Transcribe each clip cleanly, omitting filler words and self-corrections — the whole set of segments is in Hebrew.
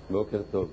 בוקר טוב.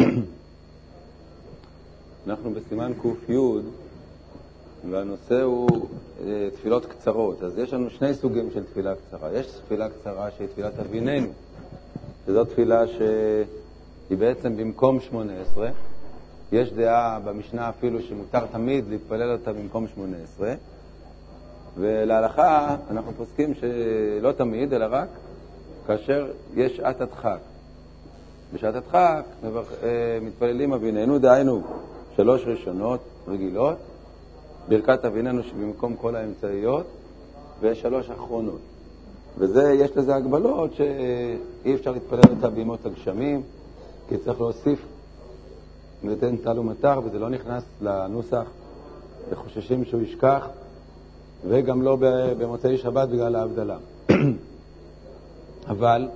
אנחנו בסימן ק"י, והנושא הוא תפילות קצרות. אז יש לנו שני סוגים של תפילה קצרה. יש תפילה קצרה שהיא תפילת אביננו, שזו תפילה שהיא בעצם במקום 18. יש דעה במשנה אפילו שמותר תמיד להתפלל אותה במקום 18. ולהלכה אנחנו פוסקים שלא תמיד, אלא רק כאשר יש שעת הדחק. בשעת הדחק מתפללים אביננו, דהיינו 3 ראשונות רגילות, ברכת אביננו שבמקום כל האמצעיות, ו3 אחרונות. יש לזה הגבלות שאי אפשר להתפלל אותה בימות הגשמים, כי צריך להוסיף ולתן טל ומטר, וזה לא נכנס לנוסח, וחוששים שהוא ישכח, וגם לא במוצאי שבת בגלל ההבדלה. אבל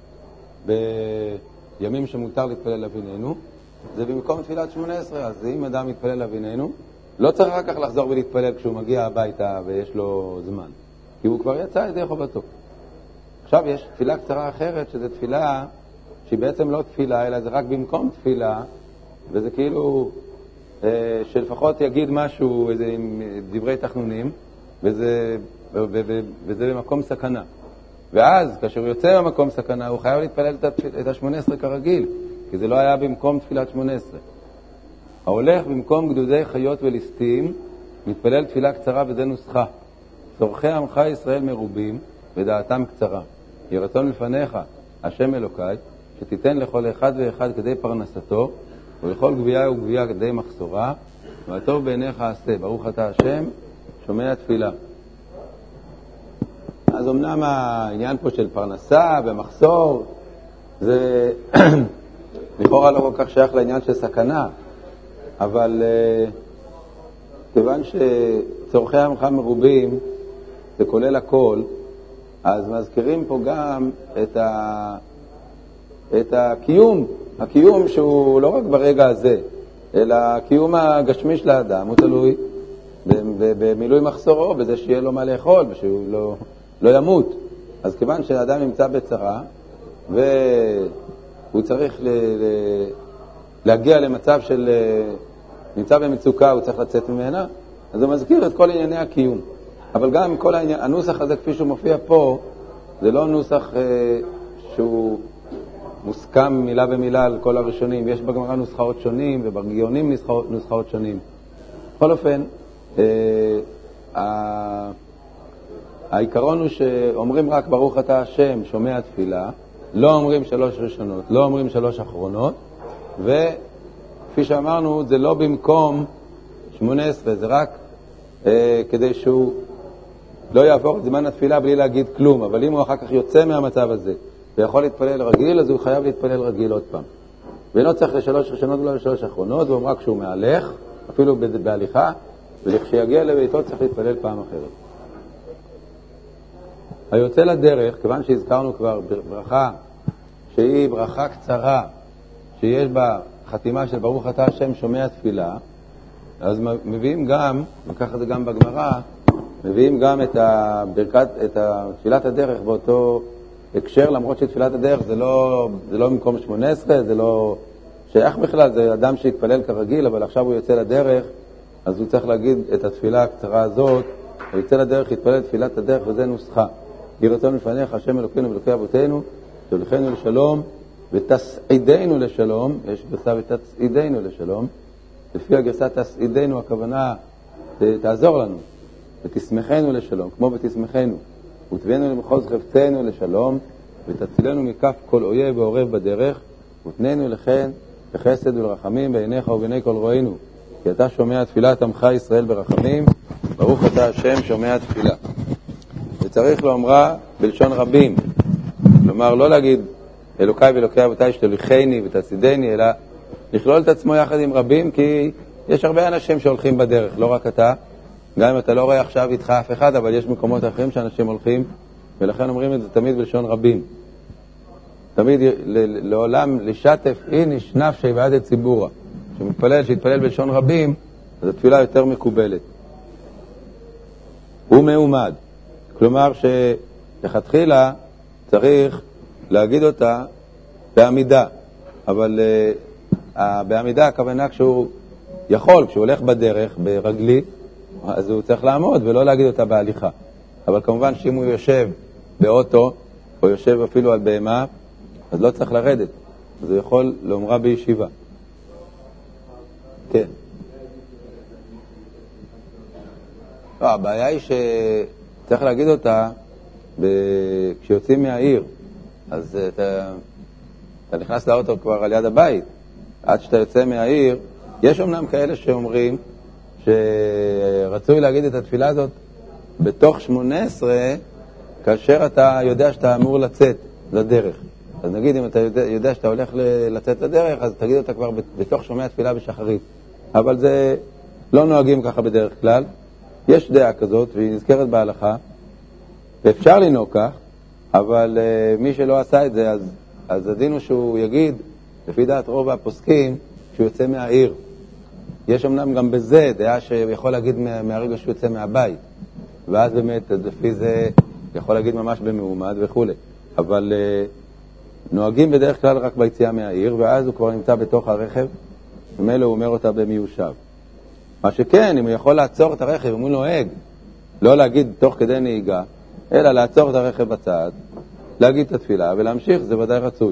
בימים שמותר להתפלל אביננו, זה במקום תפילת 18. אז אם אדם מתפלל אביננו, לא צריך רק כך לחזור ולהתפלל כשהוא מגיע הביתה ויש לו זמן, כי הוא כבר יצא ידי חובתו. עכשיו יש תפילה קצרה אחרת, שזו תפילה שהיא בעצם לא תפילה, אלא זה רק במקום תפילה, וזה כאילו שלפחות יגיד משהו, איזה דברי תחנונים, וזה במקום סכנה. ואז, כאשר הוא יוצא במקום סכנה, הוא חייב להתפלל את ה-18 כרגיל, כי זה לא היה במקום תפילת 18. ההולך במקום גדודי חיות וליסטים, מתפלל תפילה קצרה, וזה נוסחה. צורכי עמך ישראל מרובים, ודעתם קצרה. יהי רצון לפניך, השם אלוקי, שתיתן לכל אחד ואחד כדי פרנסתו, ולכל גבייה וגבייה כדי מחסורה, והטוב בעיניך עשה. ברוך אתה השם, שומע תפילה. אז אמנם העניין פה של פרנסה ומחסור, זה לכאורה לא כל כך שייך לעניין של סכנה, אבל כיוון שצורכי עמך מרובים, זה כולל הכל, אז מזכירים פה גם את הקיום שהוא לא רק ברגע הזה, אלא הקיום הגשמי של האדם, הוא תלוי במילוי מחסורו, בזה שיהיה לו מה לאכול ושהוא לא ימות. אז כיוון שהאדם נמצא בצרה והוא צריך להגיע למצב של נמצא במצוקה, הוא צריך לצאת ממנה, אז הוא מזכיר את כל ענייני הקיום. אבל גם כל הנוסח הזה כפי שהוא מופיע פה, זה לא נוסח שהוא מוסכם מילה במילה על כל הראשונים. יש בגמרא נוסחאות שונים ובגיונים נוסחאות שונים. בכל אופן, העיקרון הוא שאומרים רק ברוך אתה השם שומע תפילה, לא אומרים 3 ראשונות, לא אומרים 3 אחרונות, וכפי שאמרנו זה לא במקום 18, זה רק כדי שהוא לא יעבור את זמן התפילה בלי להגיד כלום. אבל אם הוא אחר כך יוצא מהמצב הזה ויכול להתפלל רגיל, אז הוא חייב להתפלל רגיל עוד פעם, ולא צריך ל3 ראשונות ולא ל3 אחרונות. ואומר כשהוא מהלך אפילו בהליכה, ולכשיגיע לביתו צריך להתפלל פעם אחרת. היוצא לדרך, כיוון שהזכרנו כבר ברכה שהיא ברכה קצרה, שיש בה חתימה של ברוך אתה השם שומע תפילה, אז מביאים גם, וככה זה גם בגמרא, מביאים גם את תפילת הדרך באותו הקשר, למרות שתפילת הדרך זה לא במקום 18, זה לא שייך בכלל, זה אדם שהתפלל כרגיל, אבל עכשיו הוא יוצא לדרך, אז הוא צריך להגיד את התפילה הקצרה הזאת, הוא יוצא לדרך, יתפלל תפילת הדרך, וזה נוסחה. יהי רצון לפניך, השם אלוקינו ואלוקי אבותינו, תוליכנו לשלום ותסעידנו לשלום. יש גרסה ותסעידנו לשלום. לפי הגרסה תסעידנו, הכוונה תעזור לנו. ותשמחנו לשלום, כמו ותשמחנו. ותביאנו למחוז חפצנו לשלום, ותצילנו מכף כל אויב ועורב בדרך, ותננו לכן בחסד ולרחמים בעיניך ובעיני כל רואינו. כי אתה שומע תפילת עמך ישראל ברחמים, ברוך אתה השם שומע תפילה. וצריך לאומרה בלשון רבים, כלומר לא להגיד אלוקיי ואלוקי אבותיי שתוליכני ותצעידני, אלא לכלול את עצמו יחד עם רבים, כי יש הרבה אנשים שהולכים בדרך, לא רק אתה, גם אם אתה לא רואה עכשיו איתך אף אחד, אבל יש מקומות אחרים שאנשים הולכים, ולכן אומרים את זה תמיד בלשון רבים. תמיד לעולם לשתף איניש נפשי ועד ציבורה, שיתפלל בלשון רבים, אז התפילה יותר מקובלת. הוא מעומד, כלומר שלכתחילה צריך להגיד אותה בעמידה. אבל בעמידה הכוונה כשהוא יכול, כשהוא הולך בדרך, ברגלי, אז הוא צריך לעמוד ולא להגיד אותה בהליכה. אבל כמובן שאם הוא יושב באוטו, או יושב אפילו על בהמה, אז לא צריך לרדת. אז הוא יכול לאומרה בישיבה. כן. לא, הבעיה היא שצריך להגיד אותה כשיוצאים מהעיר. אז אתה נכנס לאוטו כבר על יד הבית. עד שאתה יוצא מהעיר, יש אמנם כאלה שאומרים שרצוי להגיד את התפילה הזאת בתוך 18, כאשר אתה יודע שאתה אמור לצאת לדרך. אז נגיד, אם אתה יודע שאתה הולך לצאת לדרך, אז תגיד אותה כבר בתוך שומע תפילה בשחרית. אבל זה לא נוהגים ככה בדרך כלל. יש דעה כזאת, והיא נזכרת בהלכה, ואפשר לנהוג כך, אבל מי שלא עשה את זה, אז הדין הוא שהוא יגיד, לפי דעת רוב הפוסקים, שהוא יוצא מהעיר. יש אמנם גם בזה דעה שיכול להגיד מהרגע שהוא יוצא מהבית, ואז באמת לפי זה יכול להגיד ממש במעומד וכו'. אבל נוהגים בדרך כלל רק ביציאה מהעיר, ואז הוא כבר נמצא בתוך הרכב, ומילא הוא אומר אותה במיושב. מה שכן, אם הוא יכול לעצור את הרכב, אם הוא נוהג, לא להגיד תוך כדי נהיגה, אלא לעצור את הרכב בצד, להגיד את התפילה ולהמשיך, זה ודאי רצוי.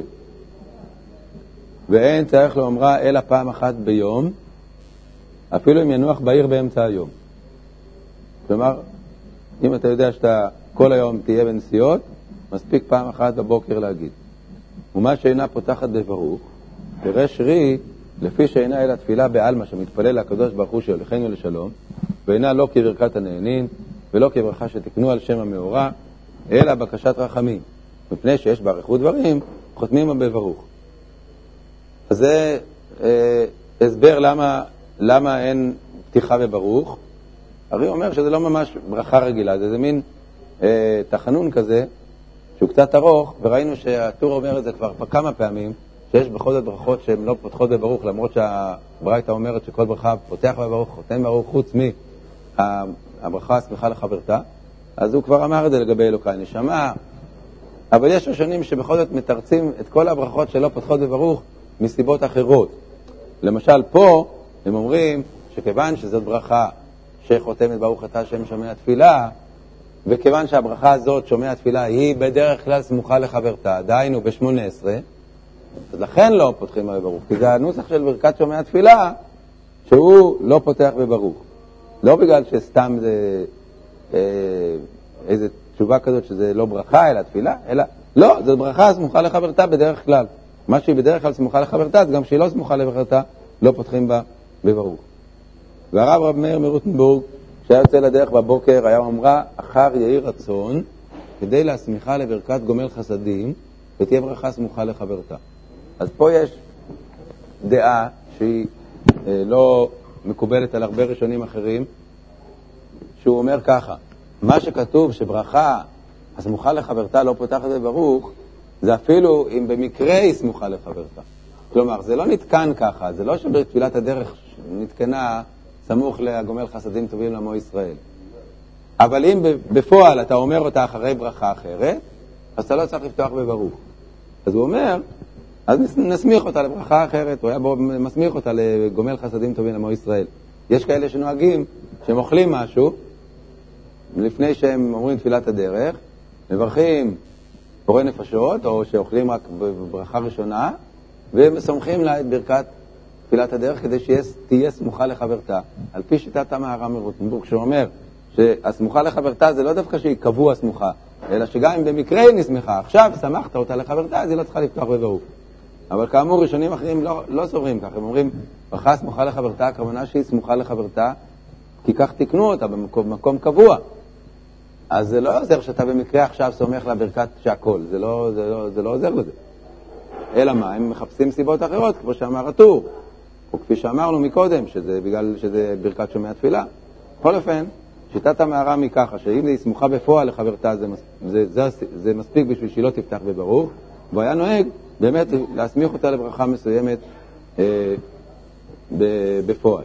ואין צריך לאומרה אלא פעם אחת ביום, אפילו אם ינוח בעיר באמצע היום. כלומר, אם אתה יודע שאתה כל היום תהיה בנסיעות, מספיק פעם אחת בבוקר להגיד. ומה שאינה פותחת בברוך, פירש רי, לפי שאינה אלא תפילה בעלמא שמתפלל לקדוש ברוך הוא שהולכנו לשלום, ואינה לא כברכת הנהנין, ולא כברכה שתקנו על שם המאורע, אלא בקשת רחמים. מפני שיש בעריכות דברים, חותמים בברוך. אז זה הסבר למה אין פתיחה בברוך. הרי אומר שזה לא ממש ברכה רגילה, זה מין תחנון כזה, שהוא קצת ארוך, וראינו שהטור אומר את זה כבר כמה פעמים, שיש בכל זאת ברכות שהן לא פותחות בברוך, למרות שהברייתא אומרת שכל ברכה פותח בברוך, חותם בברוך, חוץ מהברכה השמחה לחברתה. אז הוא כבר אמר את זה לגבי אלוקי נשמה, אבל יש ראשונים שבכל זאת מתרצים את כל הברכות שלא פותחות בברוך מסיבות אחרות. למשל פה הם אומרים שכיוון שזאת ברכה שחותמת ברוך אתה השם שומע תפילה, וכיוון שהברכה הזאת שומע תפילה היא בדרך כלל סמוכה לחברתה, דהיינו ב-18, אז לכן לא פותחים בברוך, כי זה הנוסח של ברכת שומע תפילה שהוא לא פותח בברוך. לא בגלל שסתם זה איזו תשובה כזאת שזה לא ברכה אלא תפילה, אלא לא, זו ברכה סמוכה לחברתה בדרך כלל. מה שהיא בדרך כלל סמוכה לחברתה, אז גם שהיא לא סמוכה לחברתה, לא פותחים בה בברוך. והרב רב מאיר מרוטנבורג, שהיה יוצא לדרך בבוקר, היה אומרה, אחר יהי רצון, כדי להסמיכה לברכת גומל חסדים, ותהיה ברכה סמוכה לחברתה. אז פה יש דעה שהיא לא מקובלת על הרבה ראשונים אחרים, שהוא אומר ככה, מה שכתוב שברכה הסמוכה לחברתה לא פותחת בברוך, זה אפילו אם במקרה היא סמוכה לחברתה. כלומר, זה לא נתקן ככה, זה לא שבתפילת הדרך נתקנה סמוך לגומל חסדים טובים לעמו ישראל. אבל אם בפועל אתה אומר אותה אחרי ברכה אחרת, אז אתה לא צריך לפתוח בברוך. אז הוא אומר, אז נסמיך אותה לברכה אחרת, הוא היה מסמיך אותה לגומל חסדים טובים לעמו ישראל. יש כאלה שנוהגים, שהם אוכלים משהו, לפני שהם אומרים תפילת הדרך, מברכים בורא נפשות, או שאוכלים רק בברכה ראשונה, והם סומכים לה את ברכת תפילת הדרך כדי שתהיה סמוכה לחברתה. על פי שיטת המהר"ם מרוטנבורג, שאומר שהסמוכה לחברתה זה לא דווקא שהיא קבוע סמוכה, אלא שגם אם במקרה היא נסמכה, עכשיו שמחת אותה לחברתה, אז היא לא צריכה לפתוח בברוך. אבל כאמור, ראשונים אחרים לא סוברים כך, הם אומרים, ברכה סמוכה לחברתה, הכוונה שהיא סמוכה לחברתה, כי כך תקנו אותה במקום קבוע. אז זה לא עוזר שאתה במקרה עכשיו סומך לברכת שהכל, זה לא עוזר לזה. אלא מה? הם מחפשים סיבות אחרות, כמו שאמר הטור, או כפי שאמרנו מקודם, שזה בגלל שזה ברכת שומע תפילה. בכל אופן, שיטת המהר"ם היא ככה, שאם היא סמוכה בפועל לחברתה, זה מספיק בשביל שהיא לא תפתח בברוך, והוא היה נוהג באמת להסמיך אותה לברכה מסוימת בפועל.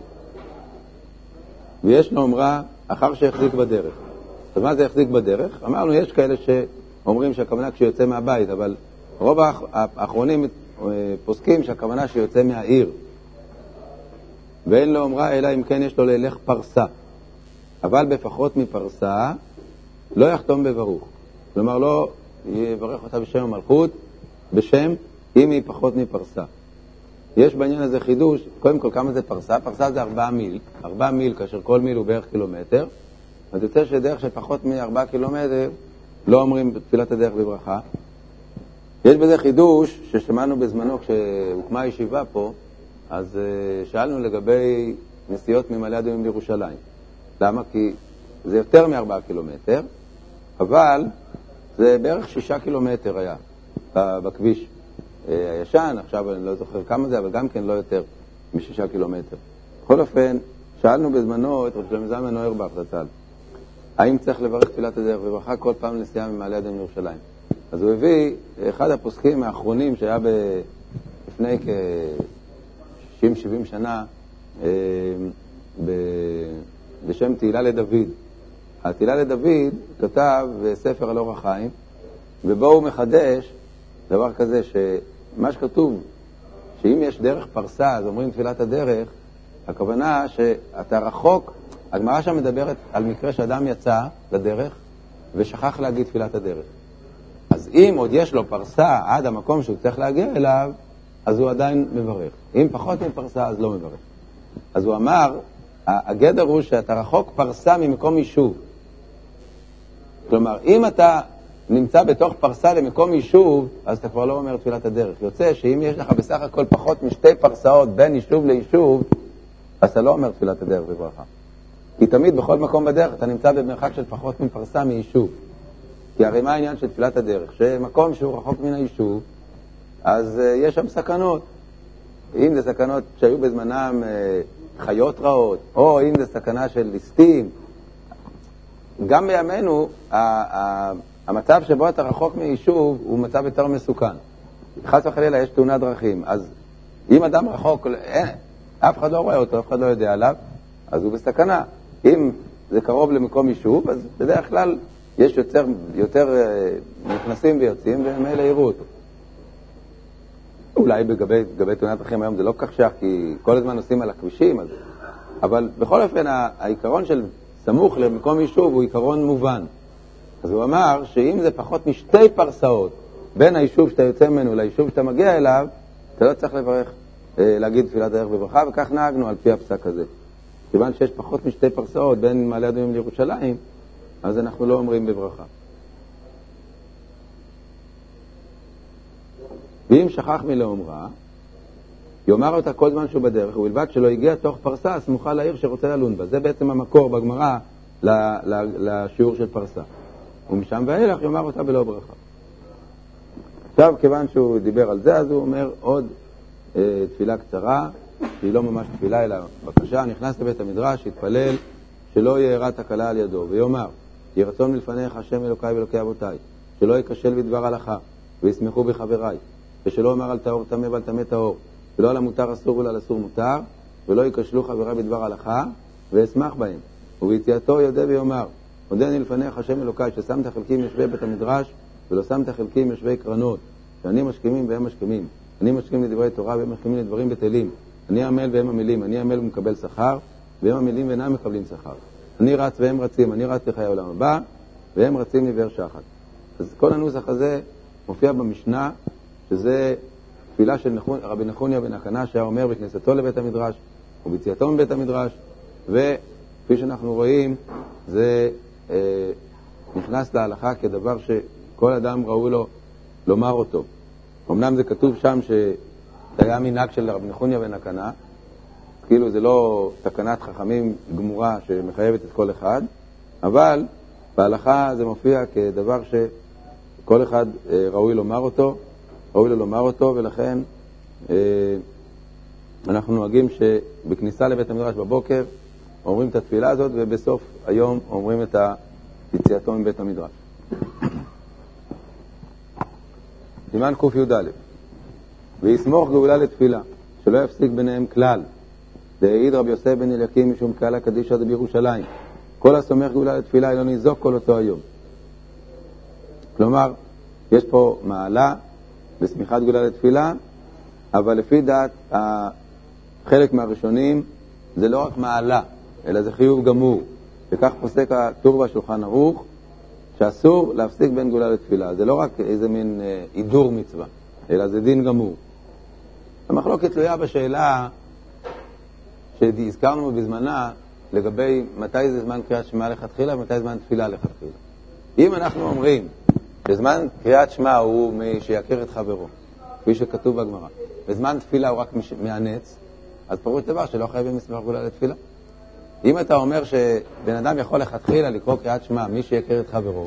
ויש נאמרה אחר שהחזיק בדרך. אז מה זה החזיק בדרך? אמרנו, יש כאלה שאומרים שהכוונה כשיוצא מהבית, אבל רוב האחרונים פוסקים שהכוונה שיוצא מהעיר, ואין לו אומרה אלא אם כן יש לו ללך פרסה, אבל בפחות מפרסה לא יחתום בברוך. כלומר לא יברך אותה בשם המלכות, בשם אם היא פחות מפרסה. יש בעניין הזה חידוש. קודם כל, כמה זה פרסה? פרסה זה 4 מיל. 4 מיל, כאשר כל מיל הוא בערך קילומטר. אז יוצא שדרך של פחות מ4 קילומטר לא אומרים תפילת הדרך בברכה. יש בזה חידוש ששמענו בזמנו כשהוקמה הישיבה פה, אז שאלנו לגבי נסיעות ממעלה אדומים לירושלים. למה? כי זה יותר מ4 קילומטר, אבל זה בערך 6 קילומטר היה בכביש הישן. עכשיו אני לא זוכר כמה זה, אבל גם כן לא יותר מ6 קילומטר. בכל אופן, שאלנו בזמנו את רב שלמה זלמן אוירבך זצ"ל, האם צריך לברך תפילת הדרך בברכה כל פעם נסיעה ממעלה אדומים לירושלים? אז הוא הביא אחד הפוסקים האחרונים שהיה לפני כ-60-70 שנה בשם תהילה לדוד. התהילה לדוד כתב ספר על אור החיים, ובו הוא מחדש דבר כזה, שמה שכתוב, שאם יש דרך פרסה, אז אומרים תפילת הדרך, הכוונה שאתה רחוק. הגמרא שם מדברת על מקרה שאדם יצא לדרך ושכח להגיד תפילת הדרך. אז אם עוד יש לו פרסה עד המקום שהוא צריך להגיע אליו, אז הוא עדיין מברך. אם פחות מפרסה, אז לא מברך. אז הוא אמר, הגדר הוא שאתה רחוק פרסה ממקום יישוב. כלומר, אם אתה נמצא בתוך פרסה למקום יישוב, אז אתה כבר לא אומר תפילת הדרך. יוצא שאם יש לך בסך הכל פחות מ2 פרסאות בין יישוב ליישוב, אז אתה לא אומר תפילת הדרך בברכה. כי תמיד בכל מקום בדרך אתה נמצא במרחק של פחות מפרסה מיישוב. כי הרי מה העניין של תפילת הדרך? שמקום שהוא רחוק מן היישוב, אז יש שם סכנות. אם זה סכנות שהיו בזמנם חיות רעות, או אם זה סכנה של ליסטים. גם בימינו, המצב שבו אתה רחוק מיישוב הוא מצב יותר מסוכן. חס וחלילה יש תאונת דרכים. אז אם אדם רחוק, אף אחד לא רואה אותו, אף אחד לא יודע עליו, אז הוא בסכנה. אם זה קרוב למקום יישוב, אז בדרך כלל יש יותר נכנסים ויוצאים, ומאלה יראו אותו. אולי בגבי תאונת דרכים היום זה לא כך שייך, כי כל הזמן נוסעים על הכבישים, אבל בכל אופן העיקרון של סמוך למקום יישוב הוא עיקרון מובן. אז הוא אמר שאם זה פחות מ2 פרסאות בין היישוב שאתה יוצא ממנו ליישוב שאתה מגיע אליו, אתה לא צריך לברך, להגיד תפילת הדרך בברכה, וכך נהגנו על פי הפסק הזה. כיוון שיש פחות מ2 פרסאות בין מעלה אדומים לירושלים, אז אנחנו לא אומרים בברכה. ואם שכח מלאומרה, יאמר אותה כל זמן שהוא בדרך, ובלבד שלא הגיע תוך פרסה סמוכה לעיר שרוצה ללון בה. זה בעצם המקור בגמרא לשיעור של פרסה. ומשם ואילך יאמר אותה בלא ברכה. עכשיו, כיוון שהוא דיבר על זה, אז הוא אומר עוד תפילה קצרה, שהיא לא ממש תפילה אלא בקשה. נכנס לבית המדרש, התפלל שלא יארע תקלה על ידו, ויאמר, יהי רצון מלפניך השם אלוקיי ואלוקי אבותיי, שלא ייכשל בדבר הלכה, וישמחו בחבריי, ושלא אומר על טהור טמא ועל טמא טהור, ולא על המותר אסור ולא על אסור מותר, ולא ייכשלו חבריי בדבר הלכה, ואשמח בהם. וביציאתו יודה ויאמר, עודני לפניך השם אלוקיי, ששמת חלקים יושבי בית המדרש, ולא שמת חלקים יושבי קרנות, שאני משכימים והם משכימים. אני משכים לדברי תורה והם משכימים לדברים בטלים. אני עמל והם עמלים, אני עמל ומקבל שכר, והם עמלים ואינם מקבלים שכר. אני רץ והם רצים, אני רץ לחיי העולם הבא, והם רצים לבאר שחת. אז כל הנוסח הזה מופיע במשנה, שזה תפילה של רבי נחוניה בן הקנה, שהיה אומר בכניסתו לבית המדרש, וביציאתו מבית המדרש, וכפי שאנחנו רואים, זה נכנס להלכה כדבר שכל אדם ראוי לו לומר אותו. אמנם זה כתוב שם שהיה מנהג של רבי נחוניה בן הקנה, כאילו זה לא תקנת חכמים גמורה שמחייבת את כל אחד, אבל בהלכה זה מופיע כדבר שכל אחד ראוי לו לומר אותו, ולכן אנחנו נוהגים שבכניסה לבית המדרש בבוקר אומרים את התפילה הזאת, ובסוף היום אומרים את יציאתו מבית המדרש. סימן ק"ד, ויסמוך גאולה לתפילה, שלא יפסיק ביניהם כלל. דעיד רבי יוסף בן אליקים משום קהלה קדישא בירושלים, כל הסומך גאולה לתפילה לא ניזוק כל אותו היום. כלומר, יש פה מעלה בסמיכת גאולה לתפילה, אבל לפי דעת חלק מהראשונים זה לא רק מעלה, אלא זה חיוב גמור. וכך פוסק הטור והשולחן ערוך, שאסור להפסיק בין גאולה לתפילה. זה לא רק איזה מין עידור מצווה, אלא זה דין גמור. המחלוקת תלויה בשאלה שהזכרנו בזמנה לגבי מתי זה זמן קריאת שמע לכתחילה ומתי זמן תפילה לכתחילה. אם אנחנו אומרים שזמן קריאת שמע הוא מי שיכיר את חברו, כפי שכתוב בגמרא, וזמן תפילה הוא רק מהנץ, אז פירוש דבר שלא חייבים מסמך גאולה לתפילה. אם אתה אומר שבן אדם יכול לכתחילה לקרוא קריאת שמע מי שיכיר את חברו,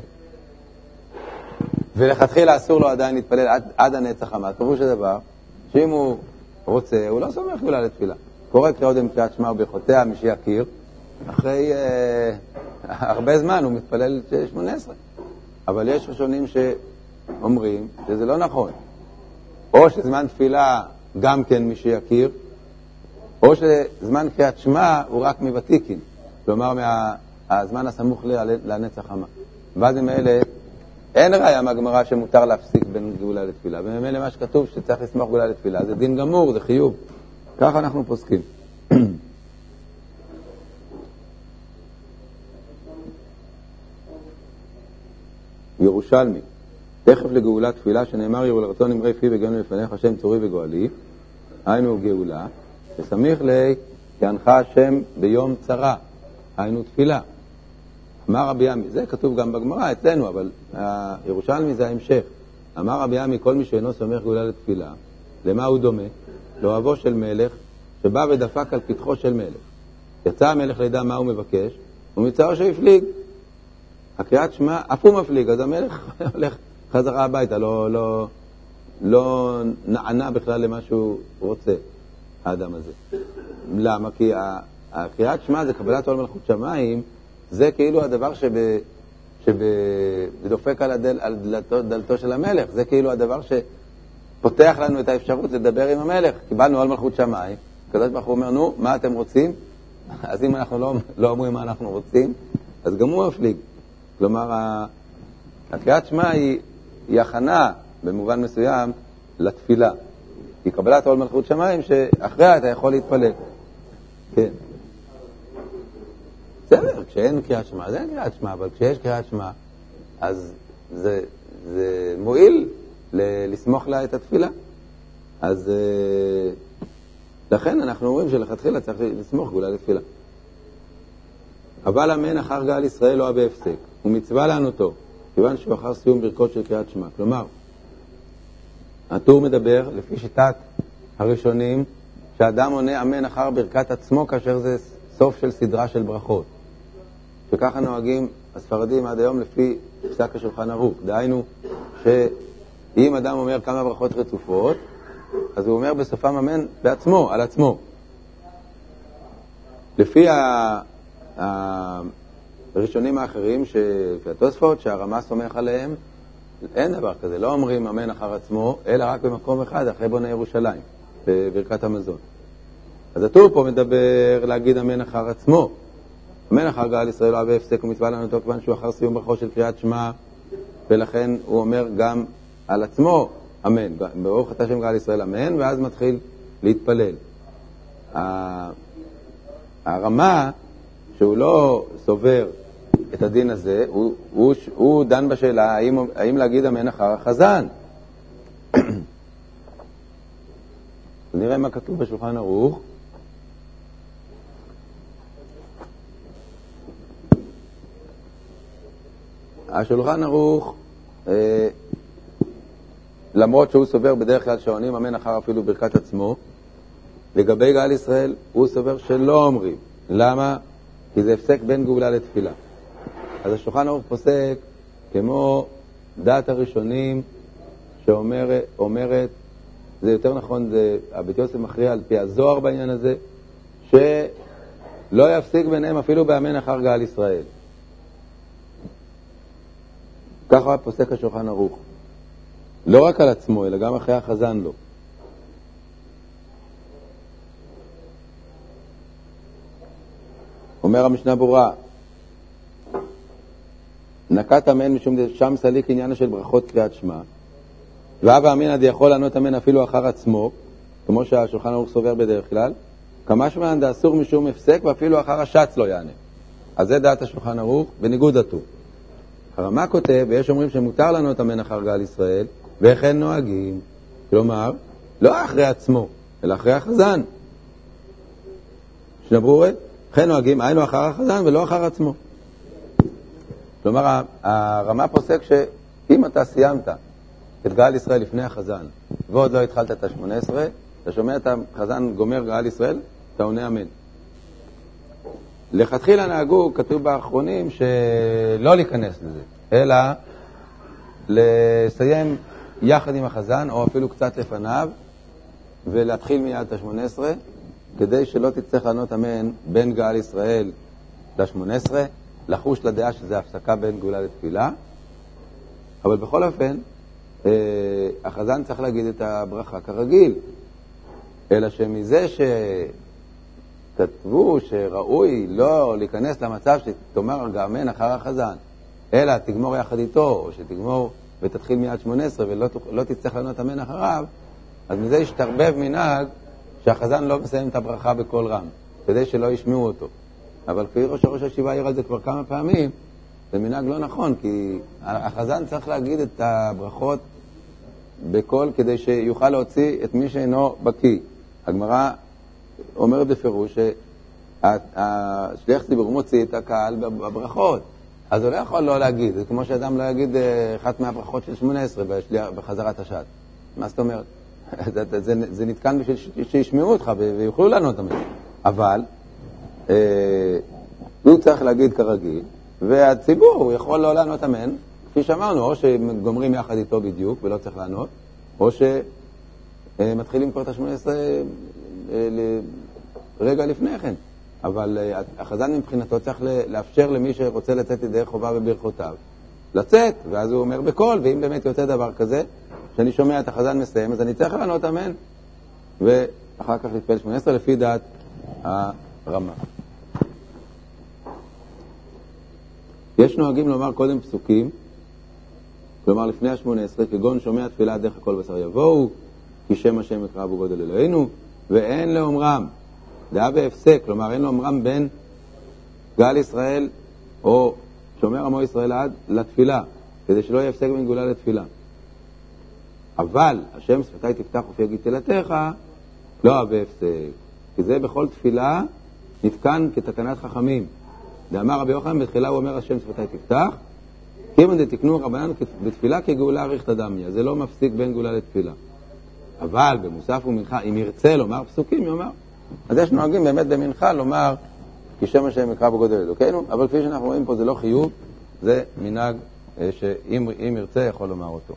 ולכתחילה אסור לו עדיין להתפלל עד הנצח חמה, פירוש הדבר שאם הוא רוצה, הוא לא סומך גאולה לתפילה. קורא קריאות קריאת שמע וברכותיה מי שיכיר, אחרי הרבה זמן הוא מתפלל 18. אבל יש ראשונים שאומרים שזה לא נכון. או שזמן תפילה גם כן מי שיכיר, או שזמן קריאת שמע הוא רק מוותיקין, כלומר מהזמן הסמוך לנצח חמה. ואז עם אלה אין ראיה מהגמרא שמותר להפסיק בין גאולה לתפילה. וממילא מה שכתוב שצריך לסמוך גאולה לתפילה זה דין גמור, זה חיוב. ככה אנחנו פוסקים. ירושלמי, תכף לגאולה תפילה שנאמר יראו לרצון אמרי פי וגאונו לפניך השם צורי וגואלי, היינו גאולה, וסמיך לי יענך השם ביום צרה, היינו תפילה. אמר רבי עמי, זה כתוב גם בגמרא אצלנו, אבל ירושלמי זה ההמשך. אמר רבי עמי, כל מי שאינו סומך גאולה לתפילה, למה הוא דומה? לאוהבו של מלך שבא ודפק על פתחו של מלך. יצא המלך לידע מה הוא מבקש, ומצאו שהפליג. הקריאת שמע אף הוא מפליג, אז המלך הולך חזרה הביתה, לא נענה בכלל למה שהוא רוצה, האדם הזה. למה? כי הקריאת שמע זה קבלת עול מלכות שמיים, זה כאילו הדבר שדופק על דלתו של המלך, זה כאילו הדבר שפותח לנו את האפשרות לדבר עם המלך. קיבלנו עול מלכות שמיים, הקדוש ברוך הוא אומר, נו, מה אתם רוצים? אז אם אנחנו לא אומרים מה אנחנו רוצים, אז גם הוא מפליג. כלומר, הקריאת שמע היא הכנה במובן מסוים לתפילה. היא קבלת עול מלכות שמיים שאחריה אתה יכול להתפלל. כן. בסדר, כשאין קריאת שמע, אז אין קריאת שמע, אבל כשיש קריאת שמע, אז זה מועיל לסמוך לה את התפילה. אז לכן אנחנו אומרים שלכתחילה צריך לסמוך גאולה לתפילה. אבל אמן אחר גאל ישראל לא בהפסק, הוא מצווה לענותו, כיוון שהוא אחר סיום ברכות של קריאת שמע. כלומר, הטור מדבר לפי שיטת הראשונים, שאדם עונה אמן אחר ברכת עצמו, כאשר זה סוף של סדרה של ברכות. שככה נוהגים הספרדים עד היום לפי פסק השולחן ערוך. דהיינו, שאם אדם אומר כמה ברכות רצופות, אז הוא אומר בסופם אמן בעצמו, על עצמו. לפי הראשונים האחרים, לפי התוספות, שהרמה סומך עליהם, אין דבר כזה. לא אומרים אמן אחר עצמו, אלא רק במקום אחד, אחרי בונה ירושלים, בברכת המזון. אז הטור פה מדבר להגיד אמן אחר עצמו. אמן אחר גאל ישראל לא בהפסק, ומצווה לענותו כיוון שהוא אחר סיום ברכות של קריאת שמע, ולכן הוא אומר גם על עצמו אמן. ברוך אתה שם גאל ישראל אמן, ואז מתחיל להתפלל. הרמה שהוא לא סובר את הדין הזה, הוא דן בשאלה האם להגיד אמן אחר החזן. נראה מה כתוב בשולחן ערוך. השולחן ערוך, למרות שהוא סובר בדרך כלל שעונים אמן אחר אפילו ברכת עצמו, לגבי גאל ישראל הוא סובר שלא אומרים. למה? כי זה הפסק בין גאולה לתפילה. אז השולחן ערוך פוסק כמו דעת הראשונים שאומרת, זה יותר נכון, זה הבית יוסף מכריע על פי הזוהר בעניין הזה, שלא יפסיק ביניהם אפילו באמן אחר גאל ישראל. ככה פוסק השולחן ערוך. לא רק על עצמו, אלא גם אחרי החזן לו. אומר המשנה ברורה, נקט אמן משום שם סליק עניינו של ברכות קריאת שמע, ואבא אמין עד יכול לענות אמן אפילו אחר עצמו, כמו שהשולחן ערוך סובר בדרך כלל, כמה שמען דאסור משום הפסק ואפילו אחר השץ לא יענה. אז זה דעת השולחן ערוך בניגוד הטור. הרמ"א כותב, ויש אומרים שמותר לנו לטמן אחר גאל ישראל, וכן נוהגים. כלומר, לא אחרי עצמו, אלא אחרי החזן. שנברו, כן נוהגים, היינו אחר החזן ולא אחר עצמו. כלומר, הרמ"א פוסק שאם אתה סיימת את גאל ישראל לפני החזן, ועוד לא התחלת את ה-18, אתה שומע את החזן גומר גאל ישראל, אתה עונה אמן. לכתחילה נהגו, כתוב באחרונים, שלא להיכנס לזה, אלא לסיים יחד עם החזן, או אפילו קצת לפניו, ולהתחיל מיד את ה-18, כדי שלא תצטרך לענות אמן בין גאל ישראל ל-18, לחוש לדעה שזה הפסקה בין גאולה לתפילה. אבל בכל אופן, החזן צריך להגיד את הברכה כרגיל, אלא שמזה שכתבו שראוי לא להיכנס למצב שתאמר אמן אחר החזן, אלא תגמור יחד איתו, או שתגמור ותתחיל מיד 18 ולא תצטרך לענות אמן אחריו, אז מזה ישתרבב מנהג שהחזן לא מסיים את הברכה בכל רם, כדי שלא ישמעו אותו. אבל כפי ראש הישיבה העיר על זה כבר כמה פעמים, זה מנהג לא נכון, כי החזן צריך להגיד את הברכות בכל, כדי שיוכל להוציא את מי שאינו בקיא. הגמרא אומרת בפירוש שהשליח ציבור מוציא את הקהל בברכות, אז הוא לא יכול לא להגיד. זה כמו שאדם לא יגיד אחת מהברכות של 18 בחזרת השעת. מה זאת אומרת? זה נתקן בשביל שישמעו אותך ויוכלו לענות אמן. אבל הוא צריך להגיד כרגיל, והציבור יכול לא לענות אמן, כפי שאמרנו, או שגומרים יחד איתו בדיוק ולא צריך לענות, או שמתחילים כבר את ה-18 רגע לפני כן. אבל החזן מבחינתו צריך לאפשר למי שרוצה לצאת ידי חובה בברכותיו לצאת, ואז הוא אומר בקול, ואם באמת יוצא דבר כזה, שאני שומע את החזן מסיים, אז אני צריך לענות אמן, ואחר כך להתפלל 18 לפי דעת הרמ"א. יש נוהגים לומר קודם פסוקים, כלומר לפני ה-18, כגון שומע תפילה דרך כל בשר יבואו, כי שם השם יקרא בגודל אלוהינו, ואין לאומרם, דעה בהפסק, כלומר אין לאומרם בין גאל ישראל או שומר עמו ישראל עד לתפילה, כדי שלא יהיה הפסק בין גאולה לתפילה. אבל השם שפתי תפתח ופי יגיד תהילתך, לא בהפסק, כי זה בכל תפילה נתקן כתקנת חכמים. דאמר רבי יוחנן, בתחילה הוא אומר השם שפתי תפתח, כיוון דתקנו רבנן בתפילה כגאולה אריכתא דמיא, זה לא מפסיק בין גאולה לתפילה. אבל במוסף ומנחה, אם ירצה לומר פסוקים, יאמר. אז יש נוהגים באמת במנחה לומר, כי שם השם יקרא בגודל אלוקינו, אבל כפי שאנחנו רואים פה זה לא חיוב, זה מנהג שאם ירצה יכול לומר אותו.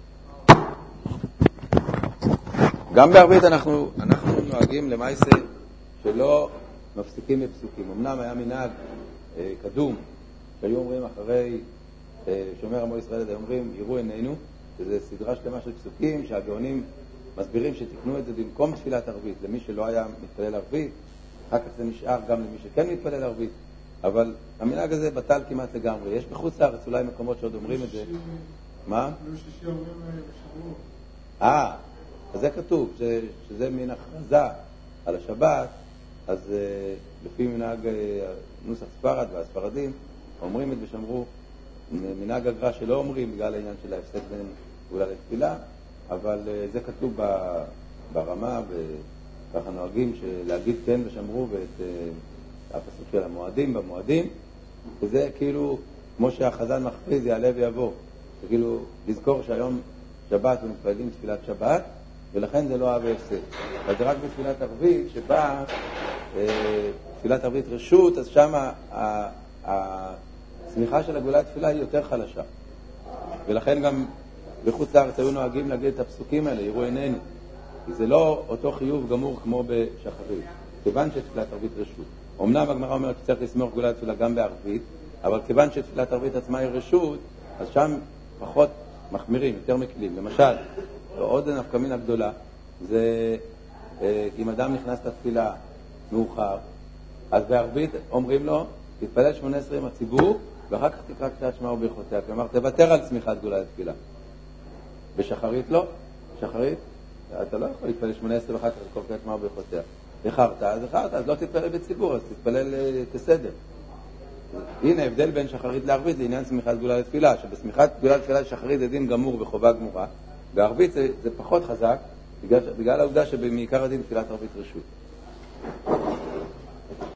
גם בערבית אנחנו נוהגים למעשה שלא מפסיקים בפסוקים. אמנם היה מנהג קדום, שהיו אומרים אחרי שומר עמו ישראל, אומרים יראו עינינו, שזה סדרה שלמה של פסוקים שהגאונים מסבירים שתקנו את זה במקום תפילת ערבית, למי שלא היה מתפלל ערבית, אחר כך זה נשאר גם למי שכן מתפלל ערבית, אבל המנהג הזה בטל כמעט לגמרי. יש בחוץ לארץ אולי מקומות שעוד אומרים את זה. מה? שישי אומרים בשבועות. אז זה כתוב, שזה מן הכרזה על השבת, אז לפי מנהג נוסח ספרד והספרדים, אומרים את ושמרו מנהג הגר"א שלא אומרים בגלל העניין של ההפסק בין גאולה לתפילה, אבל זה כתוב ברמה, וככה נוהגים להגיד כן ושמרו, ואת הפסוק של המועדים במועדים, וזה כאילו כמו שהחזן מכריז יעלה ויבוא, זה כאילו לזכור שהיום שבת ומתפללים תפילת שבת, ולכן זה לא אהב הפסק. אבל זה רק בתפילת ערבית, שבה תפילת ערבית רשות, אז שם הצמיחה של הגאולה לתפילה היא יותר חלשה. ולכן גם בחוץ לארץ היו נוהגים להגיד את הפסוקים האלה, יראו עינינו. כי זה לא אותו חיוב גמור כמו בשחרית, כיוון שתפילת ערבית רשות. אמנם הגמרא אומרת שצריך לסמוך גאולה לתפילה גם בערבית, אבל כיוון שתפילת ערבית עצמה היא רשות, אז שם פחות מחמירים, יותר מקלים. למשל, עוד נפקא מינה גדולה, זה אם אדם נכנס לתפילה מאוחר, אז בערבית אומרים לו, תתפלל 18 עם הציבור, ואחר כך תקרא קריאת שמע וברכותיה. כלומר, תוותר על צמיחת גאולה לתפילה. בשחרית לא. שחרית אתה לא יכול להתפלל 18 ואחר כך כל כך מה ברכותיה. איחרת, אז לא תתפלל בציבור, אז תתפלל כסדר. הנה הבדל בין שחרית לערבית לעניין סמיכת סגולה לתפילה, שבסמיכת סגולה לתפילה שחרית זה דין גמור וחובה גמורה, וערבית זה פחות חזק, בגלל העובדה שבמעיקר הדין תפילת ערבית רשות.